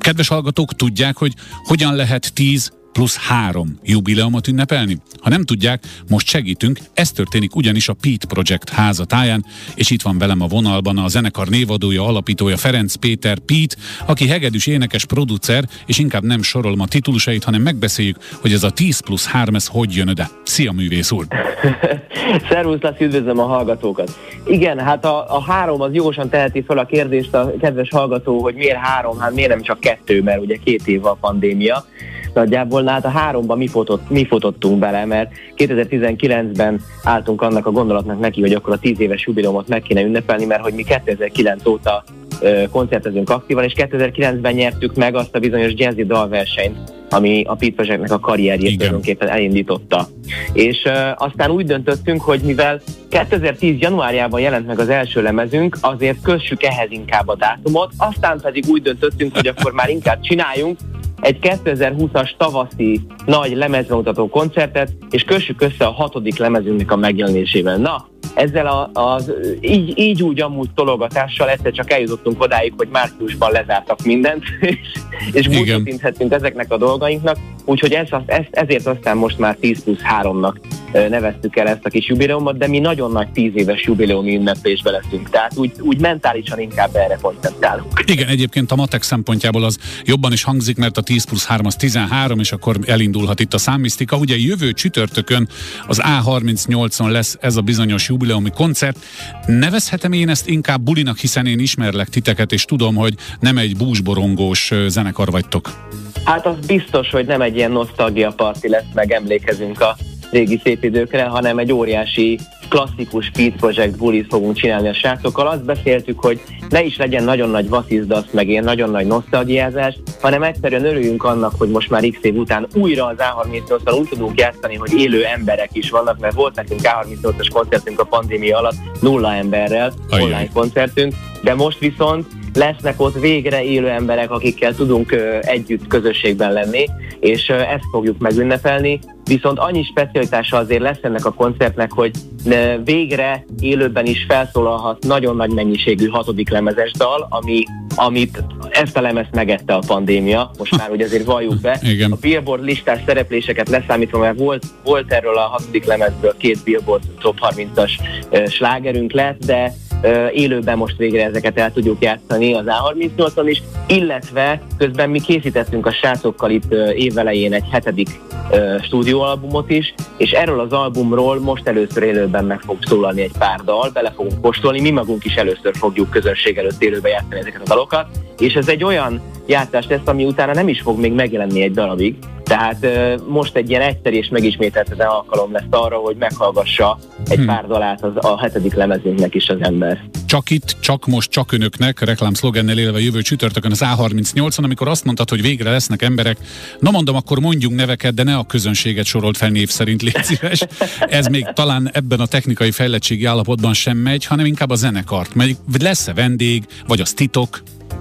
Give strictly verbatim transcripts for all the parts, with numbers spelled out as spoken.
kedves hallgatók tudják, hogy hogyan lehet tíz plusz három jubileumot ünnepelni? Ha nem tudják, most segítünk, ez történik ugyanis a Pete Project házatáján, és itt van velem a vonalban a zenekar névadója, alapítója Ferenc Péter Pete, aki hegedűs énekes, producer, és inkább nem sorolom a titulusait, hanem megbeszéljük, hogy ez a tíz plusz három, ez hogy jön ide. Szia, művész úr! Szervusz, Laci, üdvözlöm a hallgatókat! Igen, hát a, a három az jósan teheti fel a kérdést a kedves hallgató, hogy miért három, hát miért nem csak kettő, mert ugye két év a pandémia. Nagyjából hát a háromban mi, fotott, mi fotottunk bele, mert kétezer-tizenkilencben álltunk annak a gondolatnak neki, hogy akkor a tíz éves jubileumot meg kéne ünnepelni, mert hogy mi kétezer-kilenc óta ö, koncertezünk aktívan, és kétezer-kilencben nyertük meg azt a bizonyos jazzy dalversenyt, ami a Pete Projectnek a karrierjét tulajdonképpen elindította. És ö, aztán úgy döntöttünk, hogy mivel kétezer-tíz januárjában jelent meg az első lemezünk, azért kössük ehhez inkább a dátumot, aztán pedig úgy döntöttünk, hogy akkor már inkább csináljunk egy kétezer-húszas tavaszi nagy lemezbemutató koncertet, és kössük össze a hatodik lemezünknek a megjelenésével. Na, ezzel a, az így, így úgy amúgy tologatással egyszer csak eljutottunk odáig, hogy márciusban lezártak mindent, és, és búcsúzhettünk ezeknek a dolgainknak, úgyhogy ez, ez, ezért aztán most már tíz plusz háromnak neveztük el ezt a kis jubileumot, de mi nagyon nagy tíz éves jubileumi ünneplésbe leszünk, tehát úgy, úgy mentálisan inkább erre koncentrálunk. Igen, egyébként a matek szempontjából az jobban is hangzik, mert a tíz plusz három az tizenhárom, és akkor elindulhat itt a számmisztika. Ugye jövő csütörtökön az á harmincnyolcon lesz ez a bizonyos jubileumi koncert. Nevezhetem én ezt inkább bulinak, hiszen én ismerlek titeket, és tudom, hogy nem egy búsborongós zenekar vagytok. Hát az biztos, hogy nem egy ilyen nosztalgia parti lesz, meg emlékezünk a régi szép időkre, hanem egy óriási klasszikus Pete Project bulit fogunk csinálni a srácokkal. Azt beszéltük, hogy ne is legyen nagyon nagy vasszizdasz, meg ilyen nagyon nagy nosztalgiázás, hanem egyszerűen örüljünk annak, hogy most már x év után újra az á harmincnyolcon úgy tudunk játszani, hogy élő emberek is vannak, mert volt nekünk á harmincnyolcas koncertünk a pandémia alatt nulla emberrel, Ajaj. online koncertünk, de most viszont lesznek ott végre élő emberek, akikkel tudunk ö, együtt közösségben lenni, és ö, ezt fogjuk megünnepelni. Viszont annyi specialitása azért lesz ennek a koncertnek, hogy ö, végre élőben is felszólalhat nagyon nagy mennyiségű hatodik lemezes dal, ami, amit ezt a lemezt megette a pandémia. Most már ugye azért valljuk be. Igen. A Billboard listás szerepléseket leszámítva, mert volt, volt erről a hatodik lemezből két Billboard Top harmincas ö, slágerünk lett, de Uh, élőben most végre ezeket el tudjuk játszani az á harmincnyolcon is, illetve közben mi készítettünk a srácokkal itt uh, évelején egy hetedik uh, stúdióalbumot is, és erről az albumról most először élőben meg fog szólalni egy pár dal, bele fogunk kóstolni, mi magunk is először fogjuk közönség előtt élőben játszani ezeket a dalokat, és ez egy olyan játszás lesz, ami utána nem is fog még megjelenni egy darabig, tehát uh, most egy ilyen egyszerű és megismételtetlen alkalom lesz arra, hogy meghallgassa egy hmm. pár dalát az, a hetedik lemezünknek is az ember. Csak itt, csak most, csak önöknek, reklámszlogennel élve jövő csütörtökön az á harmincnyolcon, amikor azt mondtad, hogy végre lesznek emberek, na mondom, akkor mondjunk neveket, de ne a közönséget sorolt fel név szerint, légy szíves. Ez még talán ebben a technikai fejlettségi állapotban sem megy, hanem inkább a zenekart. Mert lesz-e vendég, vagy az titok?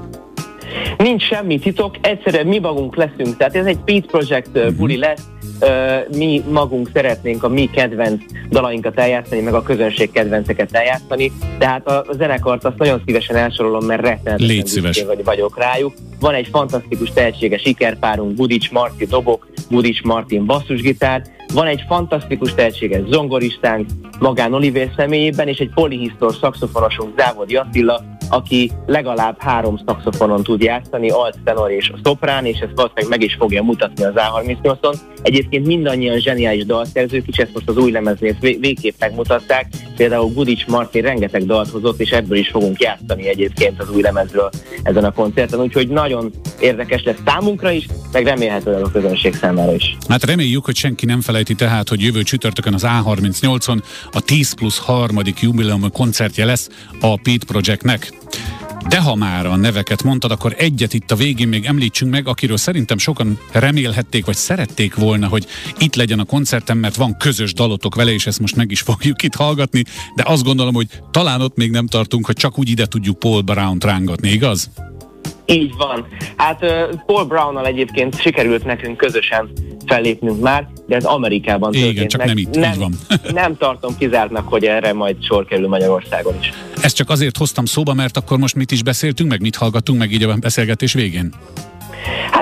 Nincs semmi titok, egyszerűen mi magunk leszünk, tehát ez egy Pete Project uh, buli lesz, uh, mi magunk szeretnénk a mi kedvenc dalainkat eljátszani, meg a közönség kedvenceket eljátszani, tehát a, a zenekart azt nagyon szívesen elsorolom, mert rettenetesen büszke vagy, vagyok rájuk. Van egy fantasztikus tehetséges ikerpárunk, Budics Marti dobok, Budics Martin basszusgitár, van egy fantasztikus tehetséges zongoristánk, Magán Olivér személyében, és egy polihisztor szaxofonosunk, Závodi Attila, aki legalább három szaxofonon tud játszani, alt, tenor és a szoprán, és ezt valószínűleg meg is fogja mutatni az á harmincnyolcon. Egyébként mindannyian zseniális dalszerzők is, ezt most az új lemeznél végképp megmutatták. Például Budics Martin rengeteg dalt hozott, és ebből is fogunk játszani egyébként az új lemezről ezen a koncerten, úgyhogy nagyon érdekes lesz számunkra is, meg remélhetőleg a közönség számára is. Hát reméljük, hogy senki nem felejti tehát, hogy jövő csütörtökön az á harmincnyolcon a tíz plusz harmadik jubileum koncertje lesz a Pete Projectnek. De ha már a neveket mondtad, akkor egyet itt a végén még említsünk meg, akiről szerintem sokan remélhették, vagy szerették volna, hogy itt legyen a koncerten, mert van közös dalotok vele, és ezt most meg is fogjuk itt hallgatni, de azt gondolom, hogy talán ott még nem tartunk, hogy csak úgy ide tudjuk Paul Brown-t rángatni, igaz? Így van. Hát uh, Paul Brownnal egyébként sikerült nekünk közösen fellépnünk már, de ez Amerikában történt. Igen, csak nem itt, nem, így van. Nem tartom kizártnak, hogy erre majd sor kerül Magyarországon is. Ezt csak azért hoztam szóba, mert akkor most mit is beszéltünk, meg mit hallgattunk meg így a beszélgetés végén?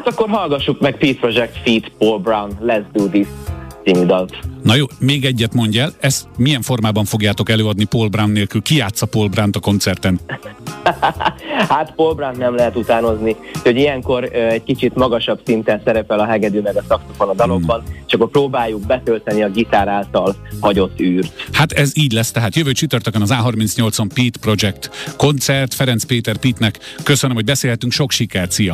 Hát akkor hallgassuk meg Pete Project feat. Paul Brown, Let's Do This című dalt. Na jó, még egyet mondj el, ezt milyen formában fogjátok előadni Paul Brown nélkül? Ki játsza Paul Brownt a koncerten? Hát Paul Brown nem lehet utánozni, hogy ilyenkor ö, egy kicsit magasabb szinten szerepel a hegedű meg a szaxofon a dalokban, hmm. csak akkor próbáljuk betölteni a gitár által hagyott űrt. Hát ez így lesz, tehát jövő csütörtökön az á harmincnyolcon Pete Project koncert. Ferenc Péter Pete-nek köszönöm, hogy beszélhetünk, sok sikert, szia!